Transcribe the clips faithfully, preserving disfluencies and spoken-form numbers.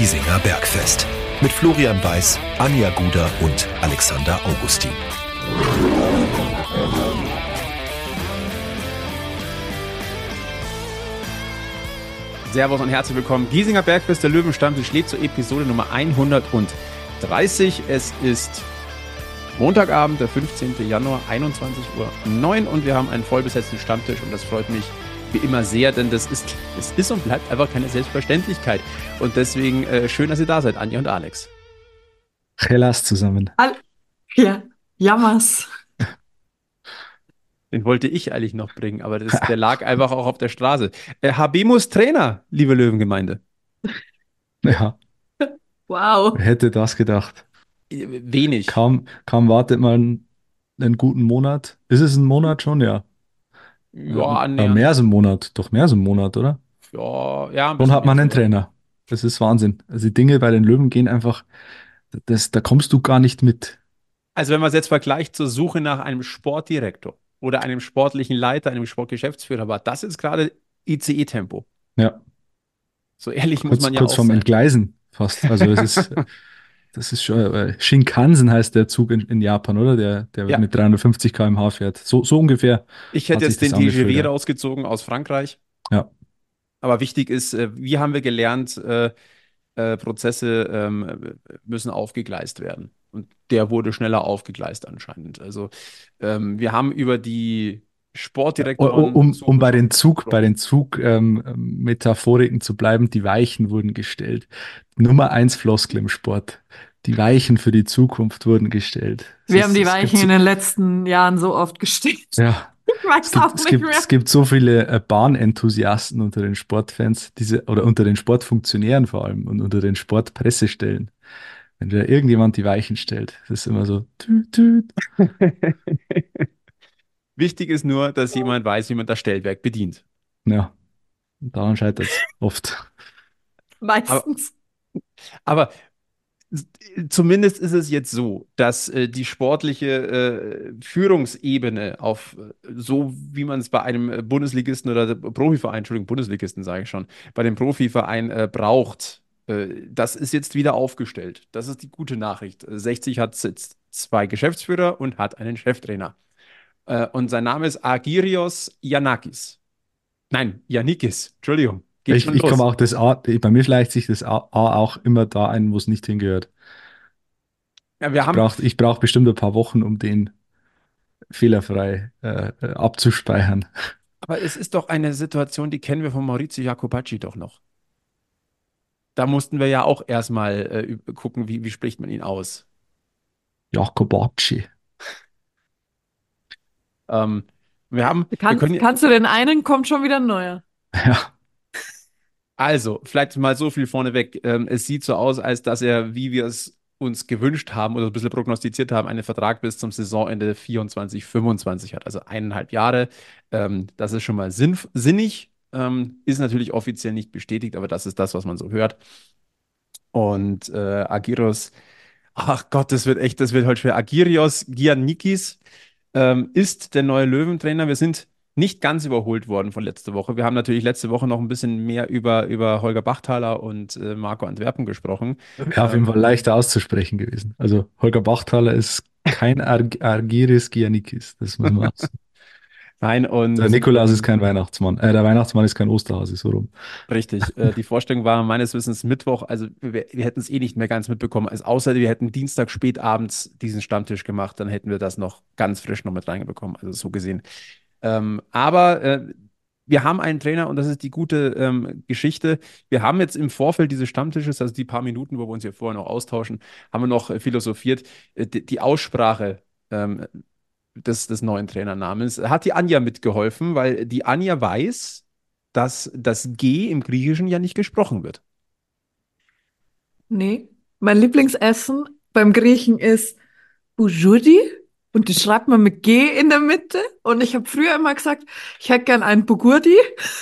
Giesinger Bergfest. Mit Florian Weiß, Anja Guder und Alexander Augustin. Servus und herzlich willkommen. Giesinger Bergfest, der Löwenstammtisch lädt zur Episode Nummer hundertdreißig. Es ist Montagabend, der fünfzehnten Januar, einundzwanzig Uhr neun und wir haben einen vollbesetzten Stammtisch und das freut mich wie immer sehr, denn das ist, es ist und bleibt einfach keine Selbstverständlichkeit. Und deswegen äh, schön, dass ihr da seid, Anja und Alex. Hellas zusammen. All- ja, jammers. Den wollte ich eigentlich noch bringen, aber das, der lag einfach auch auf der Straße. Äh, Habemus Trainer, liebe Löwengemeinde. Ja, Wow. wer hätte das gedacht? Äh, Wenig. Kaum, kaum wartet man einen guten Monat. Ist es ein Monat schon? Ja. Ja, Äh, annähernd. mehr als ein Monat. Doch mehr als ein Monat, oder? Ja, ja, ein Schon bisschen hat man mehr einen sogar. Trainer. Das ist Wahnsinn. Also die Dinge bei den Löwen gehen einfach, das, da kommst du gar nicht mit. Also wenn man es jetzt vergleicht zur Suche nach einem Sportdirektor oder einem sportlichen Leiter, einem Sportgeschäftsführer, war das jetzt gerade I C E-Tempo. Ja, So ehrlich muss kurz, man ja kurz auch vorm sein. Entgleisen fast. Also es ist, das ist schon, äh, Shinkansen heißt der Zug in, in Japan, oder? Der, der Ja, mit dreihundertfünfzig Kilometer pro Stunde fährt. So, so ungefähr ich hat hätte sich jetzt das den T G V angefühlt, ja. rausgezogen aus Frankreich. Ja. Aber wichtig ist, äh, wie haben wir gelernt, äh, äh, Prozesse ähm, müssen aufgegleist werden. Und der wurde schneller aufgegleist anscheinend. Also ähm, wir haben über die Ja, u- u- um, um Sportdirektoren-Suche bei schon den Zug, bei gesprochen. den Zug, ähm, ähm, Metaphoriken zu bleiben, die Weichen wurden gestellt. Nummer eins Floskel im Sport. Die Weichen für die Zukunft wurden gestellt. Es Wir haben ist, die es gibt Weichen so, in den letzten Jahren so oft gestellt. ja, Ich es weiß gibt, auch es nicht gibt, mehr. es gibt so viele äh, Bahnenthusiasten unter den Sportfans, diese, oder unter den Sportfunktionären vor allem und unter den Sportpressestellen. Wenn da irgendjemand die Weichen stellt, das ist immer so, tüt, tüt. Wichtig ist nur, dass jemand weiß, wie man das Stellwerk bedient. Ja, und daran scheitert es oft. Aber, Meistens. aber zumindest ist es jetzt so, dass äh, die sportliche äh, Führungsebene auf äh, so, wie man es bei einem äh, Bundesligisten oder Profiverein, Entschuldigung, Bundesligisten sage ich schon, bei dem Profiverein äh, braucht, äh, das ist jetzt wieder aufgestellt. Das ist die gute Nachricht. Äh, sechzig hat jetzt zwei Geschäftsführer und hat einen Cheftrainer. Äh, und sein Name ist Argyrios Yanakis. Nein, Yannikis, Entschuldigung, geht Ich, schon ich komme los. auch das A, bei mir schleicht sich das A, A auch immer da ein, wo es nicht hingehört. Ja, wir Ich haben, brauche ich brauch bestimmt ein paar Wochen, um den fehlerfrei äh, äh, abzuspeichern. aber es ist doch eine Situation, die kennen wir von Maurizio Jacobacci doch noch. Da mussten wir ja auch erstmal äh, üb- gucken, wie, wie spricht man ihn aus. Jacobacci. Ähm, wir haben, Du wir kannst, können, kannst du den einen, kommt schon wieder ein neuer. Ja, also, vielleicht mal so viel vorneweg. Ähm, es sieht so aus, als dass er, wie wir es uns gewünscht haben oder ein bisschen prognostiziert haben, einen Vertrag bis zum Saisonende vierundzwanzig, fünfundzwanzig hat, also eineinhalb Jahre. Ähm, das ist schon mal sinnf sinnig, ähm, ist natürlich offiziell nicht bestätigt, aber das ist das, was man so hört. Und äh, Agiros, ach Gott, das wird echt, das wird heute schwer. Agirios Giannikis ähm, ist der neue Löwentrainer. Wir sind nicht ganz überholt worden von letzter Woche. Wir haben natürlich letzte Woche noch ein bisschen mehr über, über Holger Bachthaler und äh, Marco Antwerpen gesprochen. wäre auf jeden Ähm, Fall leichter auszusprechen gewesen. Also Holger Bachthaler ist kein Ar Argyris Giannikis, das muss man auch sagen. nein, Der und Nikolaus ist ähm, kein Weihnachtsmann. Äh, der Weihnachtsmann ist kein Osterhase, so rum. richtig. Äh, die Vorstellung war meines Wissens Mittwoch, also wir, wir hätten es eh nicht mehr ganz mitbekommen, als außer wir hätten Dienstag spät abends diesen Stammtisch gemacht, dann hätten wir das noch ganz frisch noch mit reingebekommen. Also so gesehen. Ähm, aber äh, wir haben einen Trainer und das ist die gute ähm, Geschichte. Wir haben jetzt im Vorfeld dieses Stammtisches, also die paar Minuten, wo wir uns hier vorher noch austauschen, haben wir noch äh, philosophiert. Äh, die, die Aussprache ähm, des, des neuen Trainernamens hat die Anja mitgeholfen, weil die Anja weiß, dass das G im Griechischen ja nicht gesprochen wird. Nee. Mein Lieblingsessen beim Griechen ist Boujoudi und die schreibt man mit G in der Mitte. Und ich habe früher immer gesagt, ich hätte gern einen Bugurdi.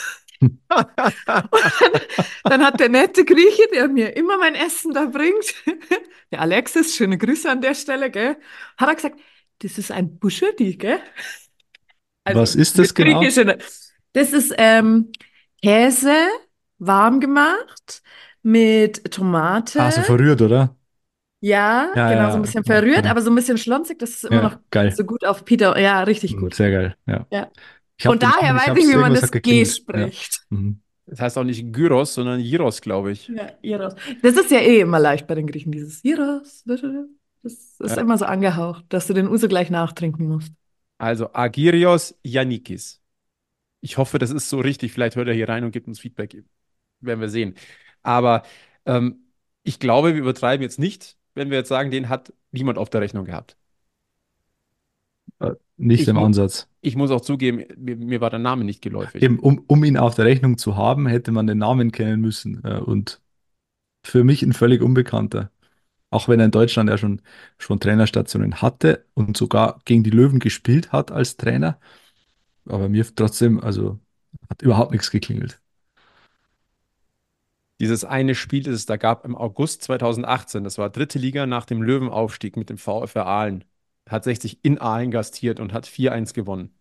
Dann hat der nette Grieche, der mir immer mein Essen da bringt, der Alexis, schöne Grüße an der Stelle, gell, hat er gesagt, das ist ein Boujoudi, gell? Also Was ist das mit genau? griechische. Das ist ähm, Käse, warm gemacht, mit Tomate. Ah, so verrührt, oder? Ja, Ja, genau, so ein ja, bisschen ja, verrührt, ja. aber so ein bisschen schlonzig. Das ist immer Ja, noch geil. so gut auf Peter. Ja, richtig Mhm, gut. sehr geil, ja. Ja. Ich habe Und den daher Namen, ich weiß habe ich, es, wie man irgendwas hat das G geklingelt. Ja. spricht. Mhm. Das heißt auch nicht Gyros, sondern Gyros, glaube ich. Ja, Gyros. Das ist ja eh immer leicht bei den Griechen, dieses Gyros. Das ist Ja. immer so angehaucht, dass du den Uso gleich nachtrinken musst. Also Agyrios Yannikis. Ich hoffe, das ist so richtig. Vielleicht hört er hier rein und gibt uns Feedback. Werden wir sehen. Aber ähm, ich glaube, wir übertreiben jetzt nicht, wenn wir jetzt sagen, den hat niemand auf der Rechnung gehabt. Äh, Nicht Ich, im mu Ansatz. ich muss auch zugeben, mir, mir war der Name nicht geläufig. Eben, um, um ihn auf der Rechnung zu haben, hätte man den Namen kennen müssen. Äh, Und für mich ein völlig Unbekannter. Auch wenn er in Deutschland ja schon, schon Trainerstationen hatte und sogar gegen die Löwen gespielt hat als Trainer. Aber mir trotzdem, also hat überhaupt nichts geklingelt. Dieses eine Spiel, das es da gab im August zweitausendachtzehn, das war dritte Liga nach dem Löwenaufstieg mit dem VfR Aalen. Hat sechzig in Aalen gastiert und hat vier eins gewonnen.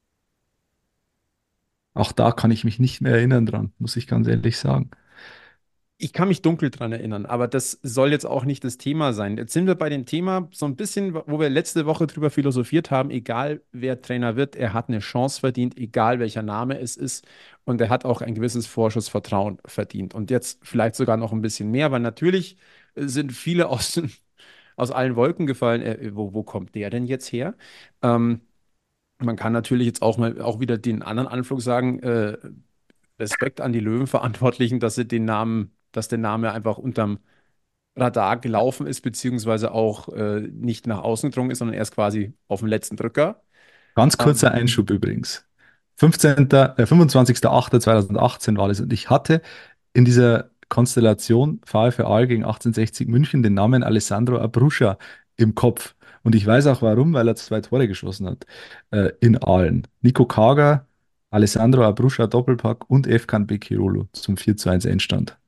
Auch da kann ich mich nicht mehr erinnern dran, muss ich ganz ehrlich sagen. Ich kann mich dunkel dran erinnern, aber das soll jetzt auch nicht das Thema sein. Jetzt sind wir bei dem Thema so ein bisschen, wo wir letzte Woche drüber philosophiert haben, egal wer Trainer wird, er hat eine Chance verdient, egal welcher Name es ist. Und er hat auch ein gewisses Vorschussvertrauen verdient. Und jetzt vielleicht sogar noch ein bisschen mehr, weil natürlich äh, sind viele aus, den- aus allen Wolken gefallen. Äh, wo, wo kommt der denn jetzt her? Ähm, Man kann natürlich jetzt auch mal auch wieder den anderen Anflug sagen, äh, Respekt an die Löwenverantwortlichen, dass sie den Namen, dass der Name einfach unterm Radar gelaufen ist, beziehungsweise auch äh, nicht nach außen gedrungen ist, sondern erst quasi auf dem letzten Drücker. Ganz Ähm, kurzer Einschub übrigens. fünfzehnter, äh, fünfundzwanzigster achter zweitausendachtzehn war das und ich hatte in dieser Konstellation VfR Aal gegen achtzehnhundertsechzig München den Namen Alessandro Abruscha im Kopf. Und ich weiß auch warum, weil er zwei Tore geschossen hat äh, in Aalen. Nico Kager, Alessandro Abruscha Doppelpack und Efkan Bekirolo zum vier zu eins Endstand.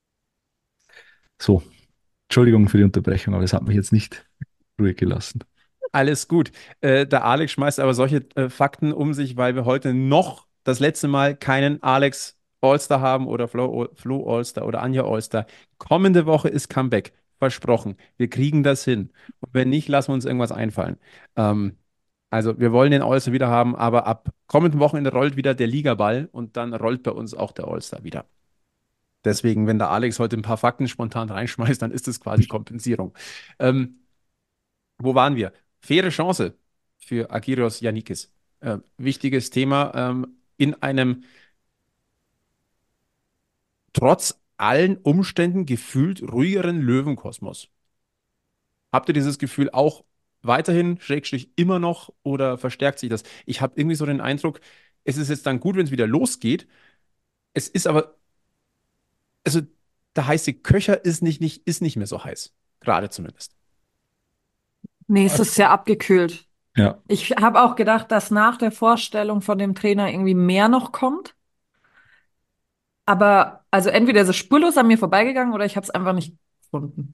So, Entschuldigung für die Unterbrechung, aber das hat mich jetzt nicht ruhig gelassen. Alles gut. Äh, der Alex schmeißt aber solche äh, Fakten um sich, weil wir heute noch das letzte Mal keinen Alex Allstar haben oder Flo, Flo Allstar oder Anja Allstar. Kommende Woche ist Comeback. Versprochen. Wir kriegen das hin. Und wenn nicht, lassen wir uns irgendwas einfallen. Ähm, also, wir wollen den Allstar wieder haben, aber ab kommenden Wochenende rollt wieder der Ligaball und dann rollt bei uns auch der Allstar wieder. Deswegen, wenn der Alex heute ein paar Fakten spontan reinschmeißt, dann ist es quasi Kompensierung. Ähm, Wo waren wir? Faire Chance für Agiros Yannikis. Äh, wichtiges Thema ähm, in einem trotz allen Umständen gefühlt ruhigeren Löwenkosmos. Habt ihr dieses Gefühl auch weiterhin, Schrägstrich immer noch oder verstärkt sich das? Ich habe irgendwie so den Eindruck, es ist jetzt dann gut, wenn es wieder losgeht. Es ist aber, also der heiße Köcher ist nicht, nicht, ist nicht mehr so heiß. Gerade zumindest. Nee, es ist sehr abgekühlt. Ja, Ich habe auch gedacht, dass nach der Vorstellung von dem Trainer irgendwie mehr noch kommt. Aber also entweder ist es spurlos an mir vorbeigegangen oder ich habe es einfach nicht gefunden.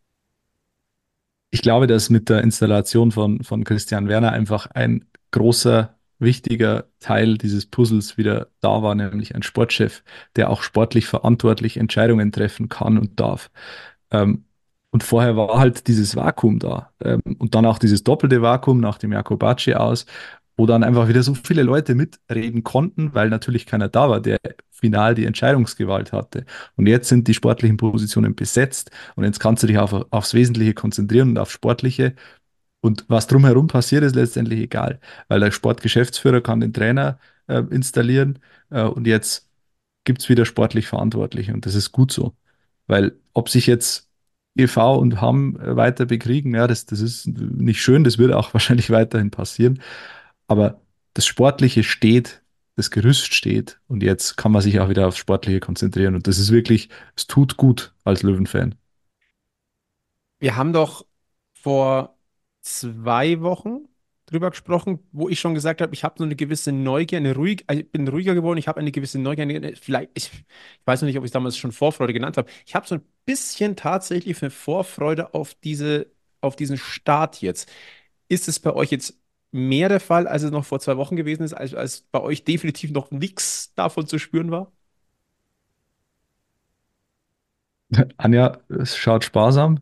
ich glaube, dass mit der Installation von, von Christian Werner einfach ein großer, wichtiger Teil dieses Puzzles wieder da war, nämlich ein Sportchef, der auch sportlich verantwortlich Entscheidungen treffen kann und darf. Ähm, und vorher war halt dieses Vakuum da. Ähm, und dann auch dieses doppelte Vakuum nach dem Jakobacci aus, wo dann einfach wieder so viele Leute mitreden konnten, weil natürlich keiner da war, der final die Entscheidungsgewalt hatte. Und jetzt sind die sportlichen Positionen besetzt und jetzt kannst du dich auf, aufs Wesentliche konzentrieren und aufs Sportliche. Und was drumherum passiert, ist letztendlich egal, weil der Sportgeschäftsführer kann den Trainer äh, installieren äh, und jetzt gibt es wieder sportlich Verantwortliche und das ist gut so. Weil ob sich jetzt E V und Hamm äh, weiter bekriegen, ja, das, das ist nicht schön, das wird auch wahrscheinlich weiterhin passieren. Aber das Sportliche steht, das Gerüst steht und jetzt kann man sich auch wieder aufs Sportliche konzentrieren. Und das ist wirklich, es tut gut als Löwenfan. Wir haben doch vor zwei Wochen drüber gesprochen, wo ich schon gesagt habe, ich habe so eine gewisse Neugier, eine ruhig, also ich bin ruhiger geworden, ich habe eine gewisse Neugier, eine, vielleicht, ich, ich weiß noch nicht, ob ich es damals schon Vorfreude genannt habe. Ich habe so ein bisschen tatsächlich eine Vorfreude auf diese, auf diesen Start jetzt. Ist es bei euch jetzt mehr der Fall, als es noch vor zwei Wochen gewesen ist, als, als bei euch definitiv noch nichts davon zu spüren war? Anja, es schaut sparsam.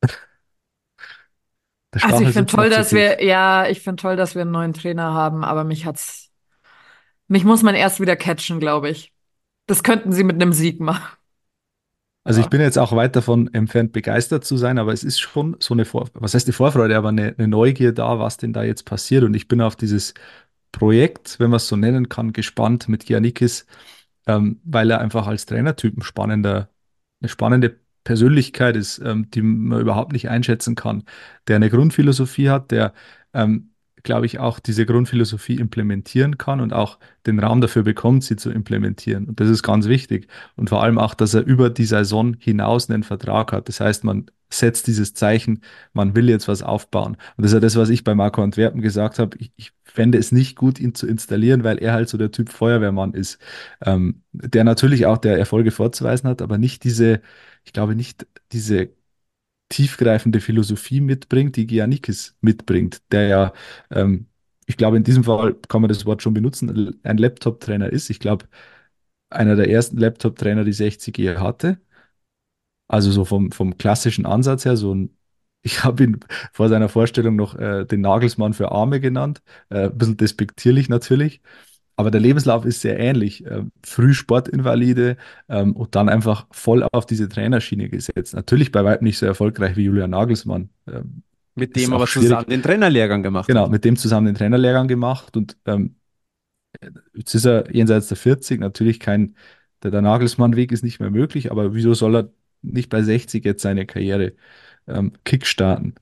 Der Also ich Stachel finde sitzt noch toll, zu dass tief. wir, ja, ich finde toll, dass wir einen neuen Trainer haben, aber mich hat's, mich muss man erst wieder catchen, glaube ich. Das könnten sie mit einem Sieg machen. Also ich Ja. bin jetzt auch weit davon entfernt, begeistert zu sein, aber es ist schon so eine Vor was heißt die Vorfreude, aber eine, eine Neugier da, was denn da jetzt passiert. Und ich bin auf dieses Projekt, wenn man es so nennen kann, gespannt mit Giannikis, ähm, weil er einfach als Trainertyp ein spannender, eine spannende Persönlichkeit ist, ähm, die man überhaupt nicht einschätzen kann, der eine Grundphilosophie hat, der, ähm, glaube ich, auch diese Grundphilosophie implementieren kann und auch den Raum dafür bekommt, sie zu implementieren. Und das ist ganz wichtig. Und vor allem auch, dass er über die Saison hinaus einen Vertrag hat. Das heißt, man setzt dieses Zeichen, man will jetzt was aufbauen. Und das ist ja das, was ich bei Marco Antwerpen gesagt habe. Ich, ich fände es nicht gut, ihn zu installieren, weil er halt so der Typ Feuerwehrmann ist, ähm, der natürlich auch der Erfolge vorzuweisen hat, aber nicht diese, ich glaube, nicht diese tiefgreifende Philosophie mitbringt, die Giannikis mitbringt, der ja, ähm, ich glaube, in diesem Fall kann man das Wort schon benutzen, ein Laptop-Trainer ist. Ich glaube, einer der ersten Laptop-Trainer, die sechzig je hatte. Also so vom, vom klassischen Ansatz her, so ein, ich habe ihn vor seiner Vorstellung noch äh, den Nagelsmann für Arme genannt, äh, ein bisschen despektierlich natürlich, aber der Lebenslauf ist sehr ähnlich. Ähm, früh Sportinvalide ähm, und dann einfach voll auf diese Trainerschiene gesetzt. Natürlich bei weitem nicht so erfolgreich wie Julian Nagelsmann. Ähm, Mit ist dem auch aber zusammen schwierig. den Trainerlehrgang gemacht Genau, hat. mit dem zusammen den Trainerlehrgang gemacht und ähm, jetzt ist er jenseits der vierzig, natürlich kein, der, der Nagelsmann-Weg ist nicht mehr möglich, aber wieso soll er nicht bei sechzig jetzt seine Karriere ähm, kickstarten?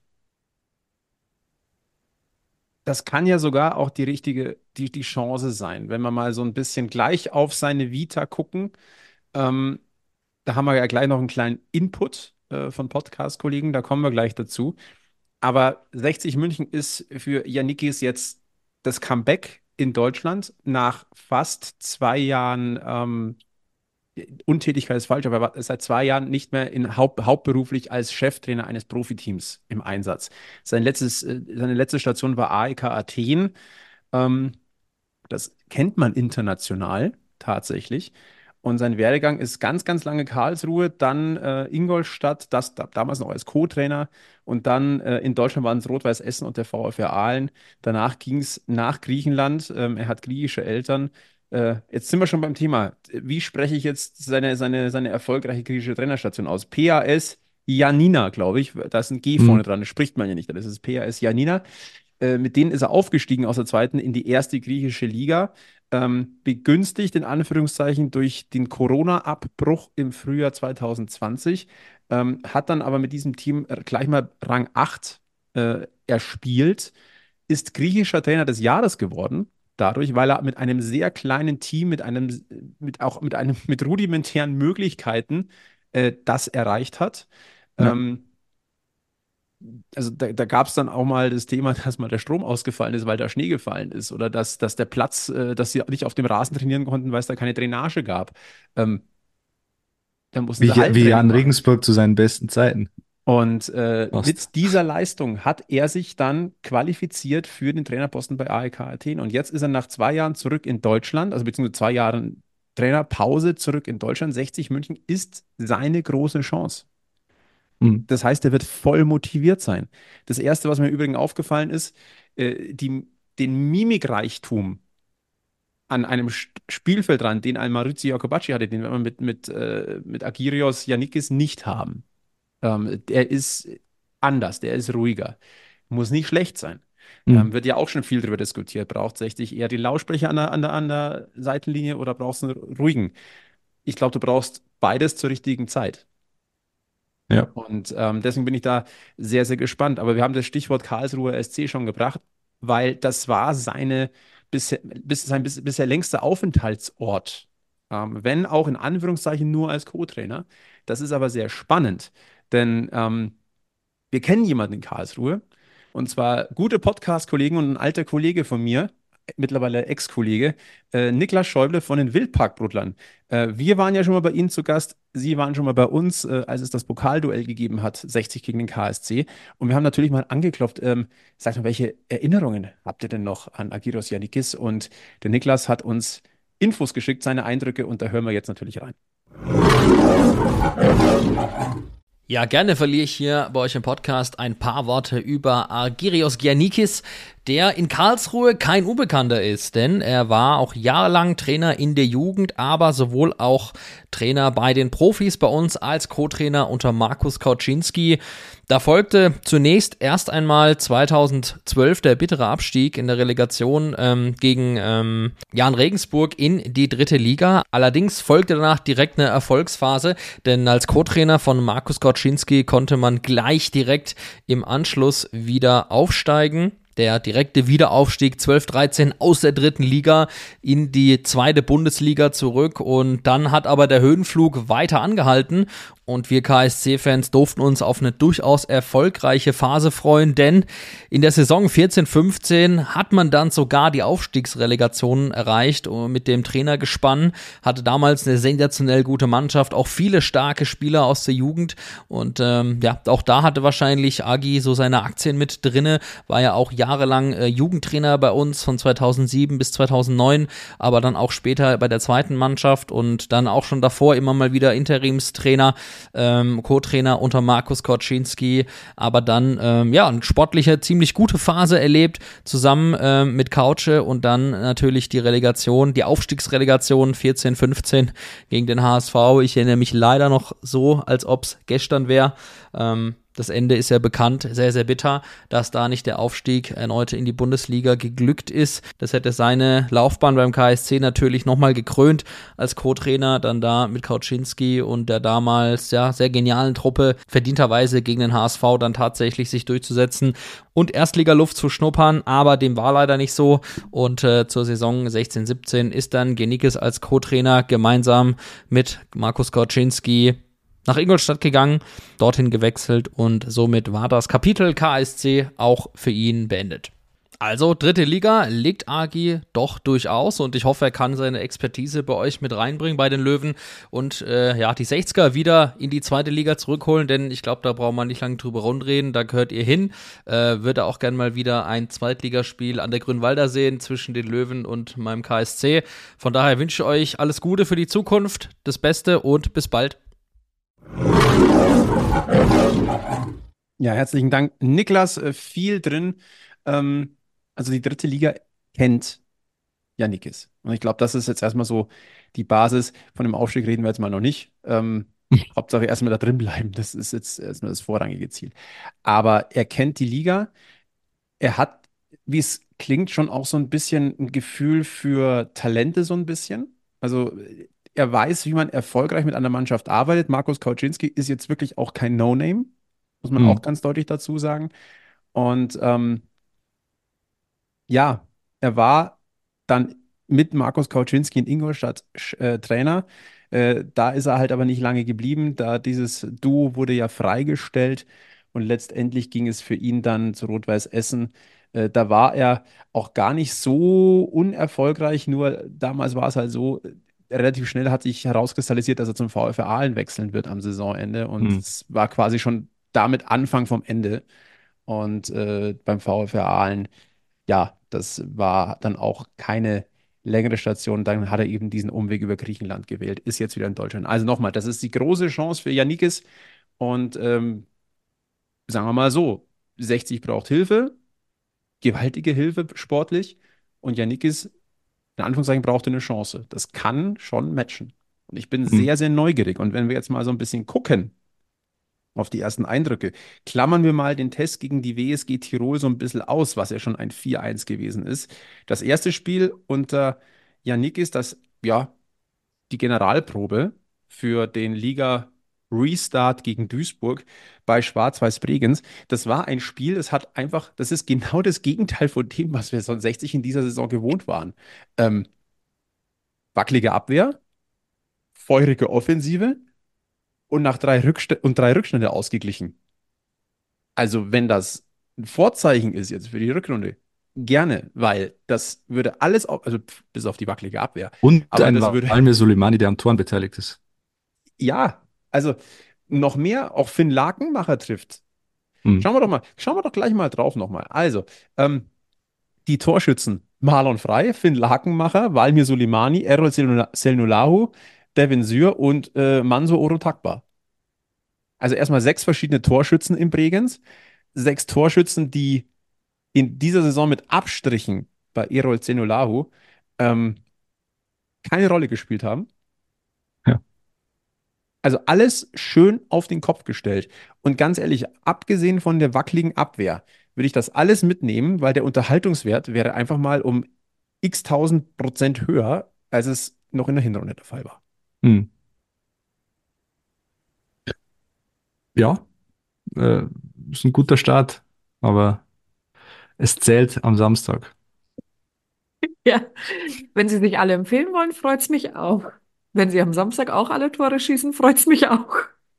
Das kann ja sogar auch die richtige, die, die Chance sein, wenn wir mal so ein bisschen gleich auf seine Vita gucken. Ähm, Da haben wir ja gleich noch einen kleinen Input äh, von Podcast-Kollegen, da kommen wir gleich dazu. Aber sechzig München ist für Yannickis jetzt das Comeback in Deutschland nach fast zwei Jahren ähm, Untätigkeit ist falsch, aber er war seit zwei Jahren nicht mehr in Haupt, hauptberuflich als Cheftrainer eines Profiteams im Einsatz. Sein letztes, äh, seine letzte Station war A E K Athen. Ähm, Das kennt man international tatsächlich. Und sein Werdegang ist ganz, ganz lange Karlsruhe, dann äh, Ingolstadt, das da, damals noch als Co-Trainer. Und dann äh, in Deutschland waren es Rot-Weiß Essen und der VfR Aalen. Danach ging es nach Griechenland. Ähm, er hat griechische Eltern. Äh, jetzt sind wir schon beim Thema. Wie spreche ich jetzt seine, seine, seine erfolgreiche griechische Trainerstation aus? P A S Janina, glaube ich. Da ist ein G vorne Hm. dran. Das spricht man ja nicht. Das ist P A S Janina. Äh, mit denen ist er aufgestiegen aus der zweiten in die erste griechische Liga. Ähm, begünstigt in Anführungszeichen durch den Corona-Abbruch im Frühjahr zwanzig zwanzig. Ähm, hat dann aber mit diesem Team gleich mal Rang acht äh, erspielt, ist griechischer Trainer des Jahres geworden. Dadurch, weil er mit einem sehr kleinen Team, mit einem, mit auch mit einem, mit rudimentären Möglichkeiten äh, das erreicht hat. Ja. Ähm, also da, da gab es dann auch mal das Thema, dass mal der Strom ausgefallen ist, weil da Schnee gefallen ist oder dass, dass der Platz, äh, dass sie nicht auf dem Rasen trainieren konnten, weil es da keine Drainage gab. Ähm, Dann mussten Wie, sie wie Hallentraining Jan machen. Regensburg zu seinen besten Zeiten. Und äh, Fast. mit dieser Leistung hat er sich dann qualifiziert für den Trainerposten bei A E K Athen. Und jetzt ist er nach zwei Jahren zurück in Deutschland, also beziehungsweise zwei Jahren Trainerpause zurück in Deutschland. sechzig München ist seine große Chance. Hm. Das heißt, er wird voll motiviert sein. Das Erste, was mir übrigens aufgefallen ist, äh, die, den Mimikreichtum an einem St- Spielfeldrand, den ein Maurizio Jacobacci hatte, den wir mit, mit, äh, mit Agirios Yannickis nicht haben. Ähm, der ist anders, der ist ruhiger. Muss nicht schlecht sein. Ähm, Hm. wird ja auch schon viel darüber diskutiert. Braucht sechzig eher den Lautsprecher an der, an der, an der Seitenlinie oder brauchst du einen ruhigen? Ich glaube, du brauchst beides zur richtigen Zeit. Ja. Und ähm, deswegen bin ich da sehr, sehr gespannt. Aber wir haben das Stichwort Karlsruher S C schon gebracht, weil das war seine bisher, bis, sein bis, bisher längster Aufenthaltsort. Ähm, wenn auch in Anführungszeichen nur als Co-Trainer. Das ist aber sehr spannend, denn ähm, wir kennen jemanden in Karlsruhe, und zwar gute Podcast-Kollegen und ein alter Kollege von mir, mittlerweile Ex-Kollege, äh, Niklas Schäuble von den Wildparkbrudlern. Äh, wir waren ja schon mal bei Ihnen zu Gast, Sie waren schon mal bei uns, äh, als es das Pokalduell gegeben hat, sechzig gegen den K S C. Und wir haben natürlich mal angeklopft, ähm, sagt mal, welche Erinnerungen habt ihr denn noch an Agiros Yannikis? Und der Niklas hat uns Infos geschickt, seine Eindrücke, und da hören wir jetzt natürlich rein. Ja, gerne verliere ich hier bei euch im Podcast ein paar Worte über Argyrios Giannikis, der in Karlsruhe kein Unbekannter ist, denn er war auch jahrelang Trainer in der Jugend, aber sowohl auch Trainer bei den Profis, bei uns als Co-Trainer unter Markus Kauczynski. Da folgte zunächst erst einmal zweitausendzwölf der bittere Abstieg in der Relegation ähm, gegen ähm, Jahn Regensburg in die dritte Liga. Allerdings folgte danach direkt eine Erfolgsphase, denn als Co-Trainer von Markus Kauczynski konnte man gleich direkt im Anschluss wieder aufsteigen. Der direkte Wiederaufstieg zwölf dreizehn aus der dritten Liga in die zweite Bundesliga zurück, und dann hat aber der Höhenflug weiter angehalten und wir K S C-Fans durften uns auf eine durchaus erfolgreiche Phase freuen, denn in der Saison vierzehn fünfzehn hat man dann sogar die Aufstiegsrelegation erreicht mit dem Trainergespann, hatte damals eine sensationell gute Mannschaft, auch viele starke Spieler aus der Jugend, und ähm, ja, auch da hatte wahrscheinlich Agi so seine Aktien mit drinne, war ja auch jahrelang äh, Jugendtrainer bei uns von zweitausendsieben bis zweitausendneun, aber dann auch später bei der zweiten Mannschaft und dann auch schon davor immer mal wieder Interimstrainer, ähm, Co-Trainer unter Markus Kauczynski, aber dann ähm, ja eine sportliche, ziemlich gute Phase erlebt, zusammen ähm, mit Kautsche, und dann natürlich die Relegation, die Aufstiegsrelegation vierzehn fünfzehn gegen den H S V. Ich erinnere mich leider noch so, als ob es gestern wäre. Ähm, Das Ende ist ja bekannt, sehr, sehr bitter, dass da nicht der Aufstieg erneut in die Bundesliga geglückt ist. Das hätte seine Laufbahn beim K S C natürlich nochmal gekrönt als Co-Trainer, dann da mit Kauczynski und der damals ja sehr genialen Truppe verdienterweise gegen den H S V dann tatsächlich sich durchzusetzen und Erstligaluft zu schnuppern, aber dem war leider nicht so, und äh, zur Saison sechzehn siebzehn ist dann Giannikis als Co-Trainer gemeinsam mit Markus Kauczynski nach Ingolstadt gegangen, dorthin gewechselt, und somit war das Kapitel K S C auch für ihn beendet. Also dritte Liga liegt Agi doch durchaus, und ich hoffe, er kann seine Expertise bei euch mit reinbringen bei den Löwen und äh, ja, die sechziger wieder in die zweite Liga zurückholen, denn ich glaube, da braucht man nicht lange drüber rundreden, da gehört ihr hin. Äh, würde auch gerne mal wieder ein Zweitligaspiel an der Grünwalder sehen zwischen den Löwen und meinem K S C. Von daher wünsche ich euch alles Gute für die Zukunft, das Beste und bis bald. Ja, herzlichen Dank, Niklas. Äh, viel drin. Ähm, also die dritte Liga kennt Giannikis. Und ich glaube, das ist jetzt erstmal so die Basis. Von dem Aufstieg reden wir jetzt mal noch nicht. Ähm, Hauptsache erstmal da drin bleiben. Das ist jetzt erstmal das vorrangige Ziel. Aber er kennt die Liga. Er hat, wie es klingt, schon auch so ein bisschen ein Gefühl für Talente, so ein bisschen. Also er weiß, wie man erfolgreich mit einer Mannschaft arbeitet. Markus Kauczynski ist jetzt wirklich auch kein No-Name, muss man Mhm. auch ganz deutlich dazu sagen. Und ähm, ja, er war dann mit Markus Kauczynski in Ingolstadt äh, Trainer. Äh, da ist er halt aber nicht lange geblieben, da dieses Duo wurde ja freigestellt und letztendlich ging es für ihn dann zu Rot-Weiß Essen. Äh, da war er auch gar nicht so unerfolgreich, nur damals war es halt so, äh, relativ schnell hat sich herauskristallisiert, dass er zum VfR Aalen wechseln wird am Saisonende, und Mhm. es war quasi schon damit Anfang vom Ende. Und äh, beim VfR Aalen, ja, das war dann auch keine längere Station. Dann hat er eben diesen Umweg über Griechenland gewählt, ist jetzt wieder in Deutschland. Also nochmal, das ist die große Chance für Giannikis. Und ähm, sagen wir mal so, sechzig braucht Hilfe, gewaltige Hilfe sportlich. Und Giannikis, in Anführungszeichen, brauchte eine Chance. Das kann schon matchen. Und ich bin Mhm. sehr, sehr neugierig. Und wenn wir jetzt mal so ein bisschen gucken auf die ersten Eindrücke, klammern wir mal den Test gegen die W S G Tirol so ein bisschen aus, was ja schon ein vier eins gewesen ist. Das erste Spiel unter Giannikis, das, ja, die Generalprobe für den Liga Restart gegen Duisburg bei Schwarz-Weiß Bregenz. Das war ein Spiel, das hat einfach, das ist genau das Gegenteil von dem, was wir sonst sechzig in dieser Saison gewohnt waren. Ähm, wackelige Abwehr, feurige Offensive und nach drei Rückst und drei Rückstände ausgeglichen. Also, wenn das ein Vorzeichen ist jetzt für die Rückrunde, gerne, weil das würde alles, auf, also pf, bis auf die wackelige Abwehr, Und aber ein das würde, Valmir Soleimani, der am Toren beteiligt ist. ja, also noch mehr, auch Finn Lakenmacher trifft. Mhm. Schauen wir doch mal, schauen wir doch gleich mal drauf nochmal. Also, ähm, die Torschützen: Marlon Frey, Finn Lakenmacher, Valmir Soleimani, Errol Selnulahu, Devin Syr und äh, Manso Orotakba. Also erstmal sechs verschiedene Torschützen in Bregenz, sechs Torschützen, die in dieser Saison mit Abstrichen bei Erol Zeniolahu ähm, keine Rolle gespielt haben. Ja. Also alles schön auf den Kopf gestellt. Und ganz ehrlich, abgesehen von der wackeligen Abwehr, würde ich das alles mitnehmen, weil der Unterhaltungswert wäre einfach mal um x tausend Prozent höher, als es noch in der Hinrunde der Fall war. Hm. Ja, äh, ist ein guter Start, aber es zählt am Samstag. Ja, wenn Sie sich alle empfehlen wollen, freut's mich auch. Wenn Sie am Samstag auch alle Tore schießen, freut's mich auch.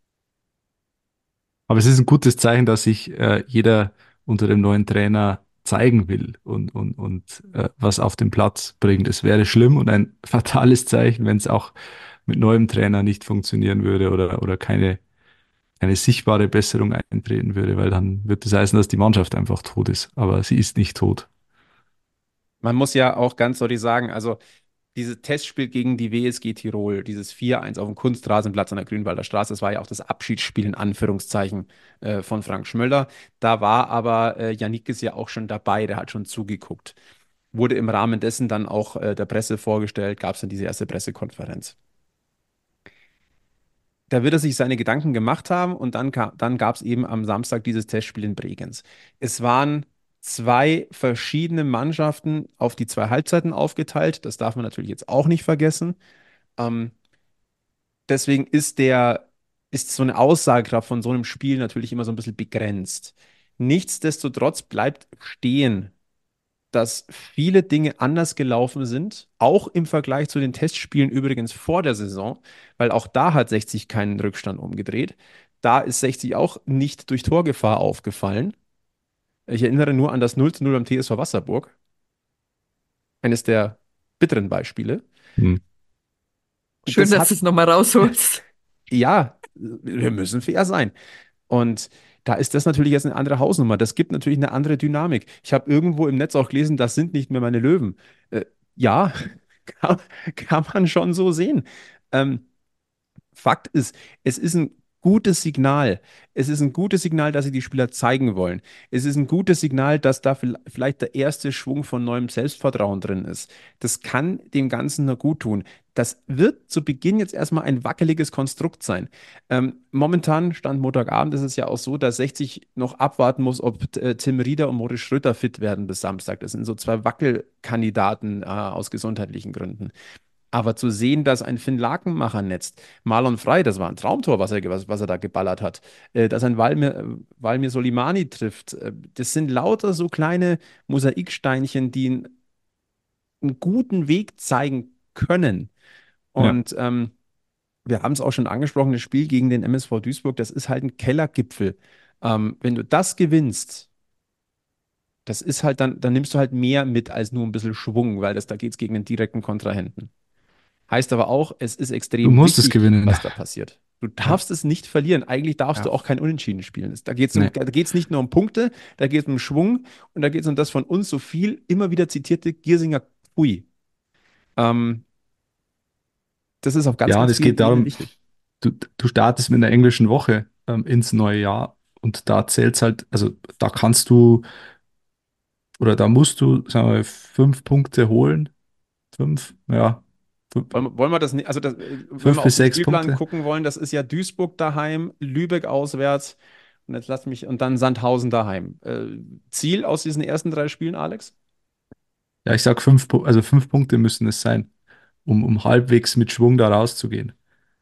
Aber es ist ein gutes Zeichen, dass sich äh, jeder unter dem neuen Trainer zeigen will und, und, und äh, was auf den Platz bringt. Es wäre schlimm und ein fatales Zeichen, wenn es auch mit neuem Trainer nicht funktionieren würde oder, oder keine, keine sichtbare Besserung eintreten würde, weil dann wird das heißen, dass die Mannschaft einfach tot ist. Aber sie ist nicht tot. Man muss ja auch ganz deutlich sagen, also dieses Testspiel gegen die W S G Tirol, dieses vier eins auf dem Kunstrasenplatz an der Grünwalder Straße, das war ja auch das Abschiedsspiel in Anführungszeichen äh, von Frank Schmöller. Da war aber äh, Janikis ja auch schon dabei, der hat schon zugeguckt. Wurde im Rahmen dessen dann auch äh, der Presse vorgestellt, gab es dann diese erste Pressekonferenz. Da wird er sich seine Gedanken gemacht haben und dann, kam, dann gab es eben am Samstag dieses Testspiel in Bregenz. Es waren zwei verschiedene Mannschaften auf die zwei Halbzeiten aufgeteilt. Das darf man natürlich jetzt auch nicht vergessen. Ähm, deswegen ist der, ist so eine Aussagekraft von so einem Spiel natürlich immer so ein bisschen begrenzt. Nichtsdestotrotz bleibt stehen, dass viele Dinge anders gelaufen sind, auch im Vergleich zu den Testspielen übrigens vor der Saison, weil auch da hat sechzig keinen Rückstand umgedreht. Da ist sechzig auch nicht durch Torgefahr aufgefallen. Ich erinnere nur an das null zu null am T S V Wasserburg, eines der bitteren Beispiele. Hm. Und Schön, das dass hat, du es nochmal rausholst. ja, wir müssen fair sein. Und da ist das natürlich jetzt eine andere Hausnummer. Das gibt natürlich eine andere Dynamik. Ich habe irgendwo im Netz auch gelesen, das sind nicht mehr meine Löwen. Äh, ja, kann, kann man schon so sehen. Ähm, Fakt ist, es ist ein gutes Signal. Es ist ein gutes Signal, dass sie die Spieler zeigen wollen. Es ist ein gutes Signal, dass da vil- vielleicht der erste Schwung von neuem Selbstvertrauen drin ist. Das kann dem Ganzen nur gut tun. Das wird zu Beginn jetzt erstmal ein wackeliges Konstrukt sein. Ähm, momentan, Stand Montagabend, ist es ja auch so, dass sechzig noch abwarten muss, ob äh, Tim Rieder und Moritz Schröter fit werden bis Samstag. Das sind so zwei Wackelkandidaten äh, aus gesundheitlichen Gründen. Aber zu sehen, dass ein Finn Lakenmacher netzt, Marlon Frey, das war ein Traumtor, was er, ge- was, was er da geballert hat, äh, dass ein Walmir, äh, Walmir Solimani trifft, äh, das sind lauter so kleine Mosaiksteinchen, die einen, einen guten Weg zeigen können. Ja. Und ähm, wir haben es auch schon angesprochen, das Spiel gegen den M S V Duisburg, das ist halt ein Kellergipfel. Ähm, wenn du das gewinnst, das ist halt dann, dann nimmst du halt mehr mit als nur ein bisschen Schwung, weil das, da geht es gegen einen direkten Kontrahenten. Heißt aber auch, es ist Du extrem musst es wichtig, gewinnen. was da passiert. Du Ja. darfst es nicht verlieren. Eigentlich darfst Ja. du auch kein Unentschieden spielen. Da geht es um, Nee. da geht's nicht nur um Punkte, da geht es um Schwung und da geht es um das von uns so viel immer wieder zitierte Giersinger Pfui. Ähm, das ist auf ganz, Ja, und ganz es vielen geht Ebenen darum, wichtig. du, du startest mit einer englischen Woche ähm, ins neue Jahr und da zählt's halt, also da kannst du oder da musst du, sagen wir, fünf Punkte holen. Fünf, ja, fünf, Wollen, wir- wollen wir das nicht, also das, äh, wenn fünf wir auf bis den sechs Spielplan Punkte. gucken wollen, das ist ja Duisburg daheim, Lübeck auswärts und jetzt lass mich, und dann Sandhausen daheim. Äh, Ziel aus diesen ersten drei Spielen, Alex? Ja, ich sag fünf, Pu- also fünf Punkte müssen es sein, um, um halbwegs mit Schwung da rauszugehen.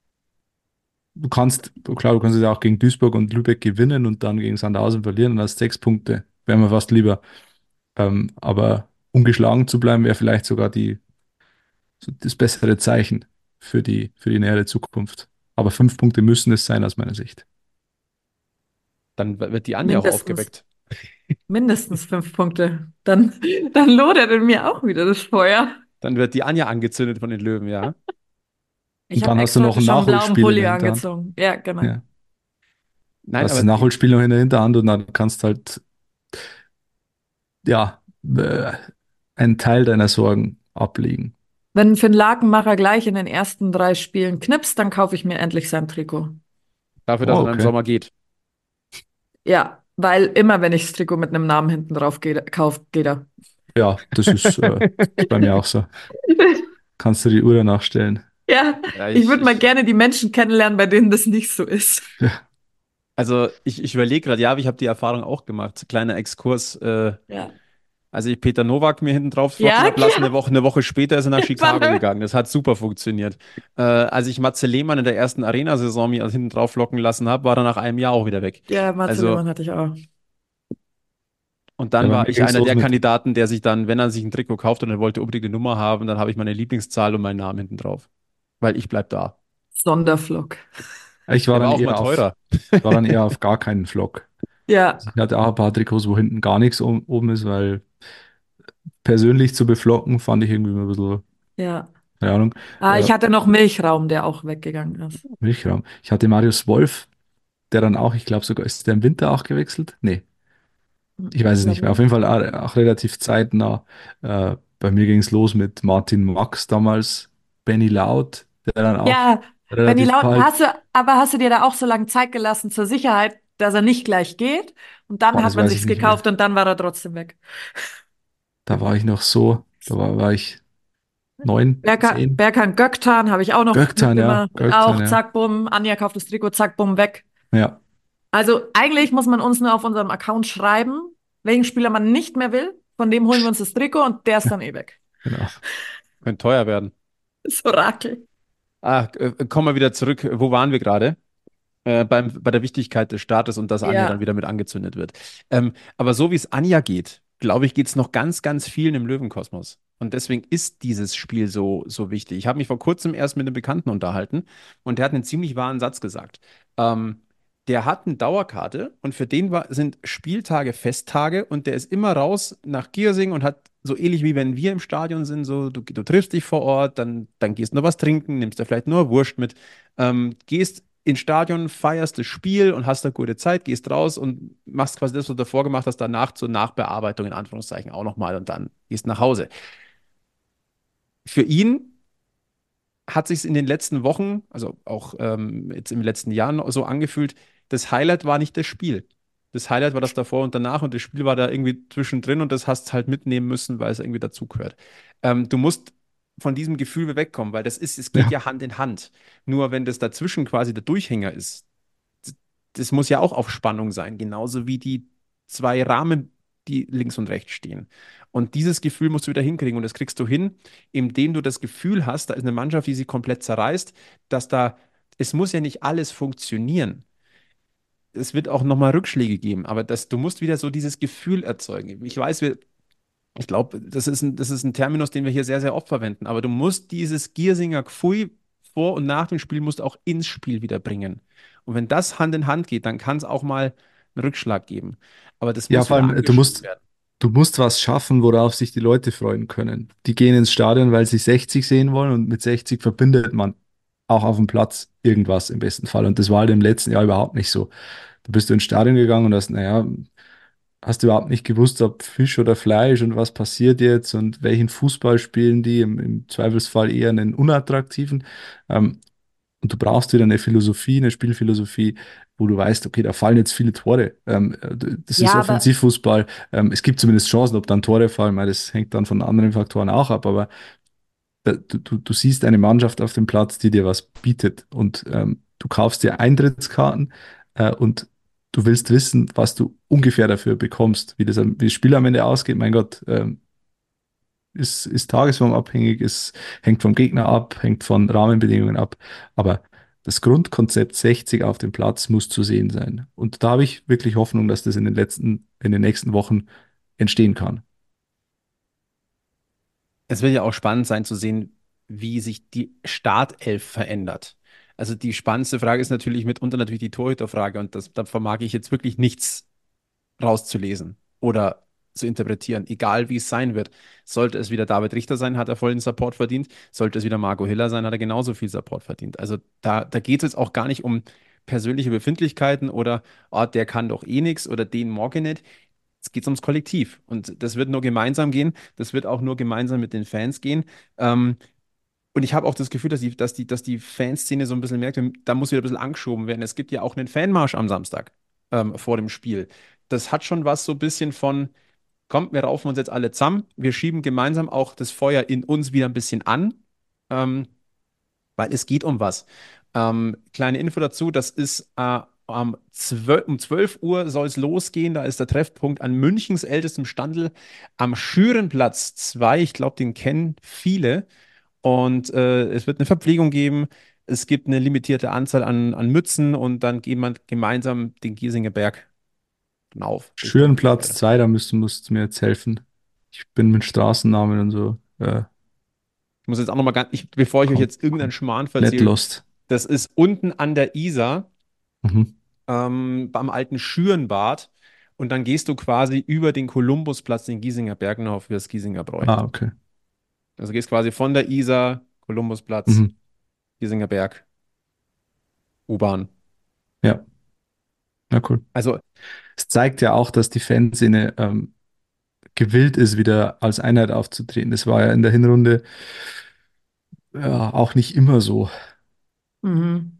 Du kannst, klar, du kannst es ja auch gegen Duisburg und Lübeck gewinnen und dann gegen Sandhausen verlieren und hast sechs Punkte. Wäre mir fast lieber. Ähm, aber ungeschlagen zu bleiben, wäre vielleicht sogar die, so das bessere Zeichen für die, für die nähere Zukunft. Aber fünf Punkte müssen es sein, aus meiner Sicht. Dann wird die Anja auch Mindestens. aufgeweckt. Mindestens fünf Punkte. Dann, dann lodert in mir auch wieder das Feuer. Dann wird die Anja angezündet von den Löwen, ja. Ich Und habe dann hast du extra noch heute ein schon einen blauen Nachholspiel in Pulli der Hinterhand. angezogen. Ja, genau. Ja. Du Nein, hast aber das Nachholspiel noch in der Hinterhand und dann kannst halt, ja, äh, einen Teil deiner Sorgen ablegen. Wenn Finn Lakenmacher gleich in den ersten drei Spielen knipst, dann kaufe ich mir endlich sein Trikot. Dafür, dass Oh, er dann im okay. Sommer geht. Ja, weil immer, wenn ich das Trikot mit einem Namen hinten drauf gehe, kaufe, geht er. Ja, das ist, äh, ist bei mir auch so. Kannst du die Uhr danach stellen? Ja, Ja, ich ich, würde mal ich, gerne die Menschen kennenlernen, bei denen das nicht so ist. also ich, ich überlege gerade, ja, ich habe die Erfahrung auch gemacht. Kleiner Exkurs. Äh, Ja, als ich Peter Nowak mir hinten drauf flocken ja, habe lassen, klar. eine Woche, eine Woche später ist er nach Chicago Wann- gegangen. Das hat super funktioniert. Äh, als ich Matze Lehmann in der ersten Arena-Saison mir hinten drauf flocken lassen habe, war er nach einem Jahr auch wieder weg. Ja, Matze Also, Lehmann hatte ich auch. und Ja, dann bei war mir ich ging es einer los der mit, Kandidaten, der sich dann, wenn er sich ein Trikot kauft und er wollte unbedingt eine Nummer haben, dann habe ich meine Lieblingszahl und meinen Namen hinten drauf. Weil ich bleib da. Sonderflock. ich war Der war dann auch mal eher auf, teurer. ich war dann eher auf gar keinen Flock. Ja, Also ich hatte auch ein paar Trikots, wo hinten gar nichts o- oben ist, weil persönlich zu beflocken fand ich irgendwie immer ein bisschen, ja. keine Ahnung, Ah, äh, ich hatte noch Milchraum, der auch weggegangen ist. Milchraum. Ich hatte Marius Wolf, der dann auch, ich glaube sogar, ist der im Winter auch gewechselt? Nee, ich weiß Ich es nicht glaube mehr. Auf nicht. jeden Fall auch, auch relativ zeitnah. Äh, bei mir ging es los mit Martin Max damals, Benny Laut, der dann auch Ja, Benny relativ Laut, bald, hast du, aber hast du dir da auch so lange Zeit gelassen zur Sicherheit, dass er nicht gleich geht? Und dann boah, hat das man weiß ich sich's nicht mehr. gekauft und dann war er trotzdem weg. Da war ich noch so, da war, war ich neun, Berkan, zehn. Berkan Göktan habe ich auch noch Göktan, ja, immer, Göktan, auch ja. zack, bumm, Anja kauft das Trikot, zack, bumm, weg. Ja, Also eigentlich muss man uns nur auf unserem Account schreiben, welchen Spieler man nicht mehr will. Von dem holen wir uns das Trikot und der ist dann eh weg. genau. Könnte teuer werden. Das Orakel. Ah, äh, kommen wir wieder zurück. Wo waren wir gerade? Äh, beim, bei der Wichtigkeit des Staates und dass Anja dann Ja. wieder mit angezündet wird. Ähm, aber so wie es Anja geht, glaube ich, geht es noch ganz, ganz vielen im Löwenkosmos. Und deswegen ist dieses Spiel so, so wichtig. Ich habe mich vor kurzem erst mit einem Bekannten unterhalten und der hat einen ziemlich wahren Satz gesagt. Ähm, der hat eine Dauerkarte und für den war, sind Spieltage Festtage und der ist immer raus nach Giersing und hat so ähnlich wie wenn wir im Stadion sind, so du, du triffst dich vor Ort, dann, dann gehst du noch was trinken, nimmst da vielleicht nur Wurst mit, ähm, gehst ins Stadion, feierst das Spiel und hast da gute Zeit, gehst raus und machst quasi das, was du davor gemacht hast, danach zur Nachbearbeitung in Anführungszeichen auch nochmal und dann gehst nach Hause. Für ihn hat sich in den letzten Wochen, also auch ähm, jetzt im letzten Jahr noch so angefühlt, das Highlight war nicht das Spiel. Das Highlight war das davor und danach und das Spiel war da irgendwie zwischendrin und das hast du halt mitnehmen müssen, weil es irgendwie dazugehört. Ähm, du musst von diesem Gefühl wegkommen, weil das ist, es geht Ja, ja Hand in Hand. Nur wenn das dazwischen quasi der Durchhänger ist, d- das muss ja auch auf Spannung sein, genauso wie die zwei Rahmen, die links und rechts stehen. Und dieses Gefühl musst du wieder hinkriegen und das kriegst du hin, indem du das Gefühl hast, da ist eine Mannschaft, die sie komplett zerreißt, dass da, es muss ja nicht alles funktionieren. Es wird auch nochmal Rückschläge geben, aber das, du musst wieder so dieses Gefühl erzeugen. Ich weiß, wir, ich glaube, das ist ein, das ist ein Terminus, den wir hier sehr, sehr oft verwenden, aber du musst dieses Giersinger Gpfui vor und nach dem Spiel musst du auch ins Spiel wieder bringen. Und wenn das Hand in Hand geht, dann kann es auch mal einen Rückschlag geben. Aber das ja, muss vor wieder allem, äh, du angeschoben musst, werden. du musst was schaffen, worauf sich die Leute freuen können. Die gehen ins Stadion, weil sie sechzig sehen wollen und mit sechzig verbindet man auch auf dem Platz irgendwas im besten Fall. Und das war halt im letzten Jahr überhaupt nicht so. Da bist du ins Stadion gegangen und hast, naja, hast du überhaupt nicht gewusst, ob Fisch oder Fleisch und was passiert jetzt und welchen Fußball spielen die, im, im Zweifelsfall eher einen unattraktiven. Ähm, und du brauchst wieder eine Philosophie, eine Spielphilosophie, wo du weißt, okay, da fallen jetzt viele Tore. Ähm, das ist Ja, aber Offensivfußball. Ähm, es gibt zumindest Chancen, ob dann Tore fallen, weil das hängt dann von anderen Faktoren auch ab, aber da, du, du, du siehst eine Mannschaft auf dem Platz, die dir was bietet und ähm, du kaufst dir Eintrittskarten äh, und du willst wissen, was du ungefähr dafür bekommst, wie das, am- wie das Spiel am Ende ausgeht. Mein Gott, ähm, ist, ist tagesformabhängig, ist, hängt vom Gegner ab, hängt von Rahmenbedingungen ab, aber das Grundkonzept sechzig auf dem Platz muss zu sehen sein. Und da habe ich wirklich Hoffnung, dass das in den letzten, in den nächsten Wochen entstehen kann. Es wird ja auch spannend sein zu sehen, wie sich die Startelf verändert. Also die spannendste Frage ist natürlich mitunter natürlich die Torhüterfrage und das, da vermag ich jetzt wirklich nichts rauszulesen oder zu interpretieren, egal wie es sein wird. Sollte es wieder David Richter sein, hat er vollen Support verdient. Sollte es wieder Marco Hiller sein, hat er genauso viel Support verdient. Also da, da geht es jetzt auch gar nicht um persönliche Befindlichkeiten oder oh, der kann doch eh nichts oder den mag ich nicht. Es geht ums Kollektiv und das wird nur gemeinsam gehen. Das wird auch nur gemeinsam mit den Fans gehen. Ähm, Und ich habe auch das Gefühl, dass die, dass die, dass die Fanszene so ein bisschen merkt, da muss wieder ein bisschen angeschoben werden. Es gibt ja auch einen Fanmarsch am Samstag ähm, vor dem Spiel. Das hat schon was so ein bisschen von, komm, wir raufen uns jetzt alle zusammen, wir schieben gemeinsam auch das Feuer in uns wieder ein bisschen an, ähm, weil es geht um was. Ähm, kleine Info dazu, das ist äh, am zwölf, um zwölf Uhr soll es losgehen, da ist der Treffpunkt an Münchens ältestem Standel am Schürenplatz zwei. Ich glaube, den kennen viele. Und äh, es wird eine Verpflegung geben. Es gibt eine limitierte Anzahl an, an Mützen und dann geht man gemeinsam den Giesinger Berg hinauf Richtung Schürenplatz Erde. zwei, da müsst, musst du mir jetzt helfen. Ich bin mit Straßennamen und so äh, Ich muss jetzt auch noch mal ganz, ich, bevor ich euch jetzt irgendeinen Schmarrn komplett verzähle, lost. das ist unten an der Isar, Mhm. ähm, beim alten Schürenbad. Und dann gehst du quasi über den Kolumbusplatz, den Giesinger Berg hinauf für das Giesinger Bräu. Ah, okay. Also gehst quasi von der Isar, Kolumbusplatz, Mhm. Giesinger Berg, U-Bahn. Ja, na cool. Also Es zeigt ja auch, dass die Fanszene ähm, gewillt ist, wieder als Einheit aufzutreten. Das war ja in der Hinrunde ja, auch nicht immer so. Mhm.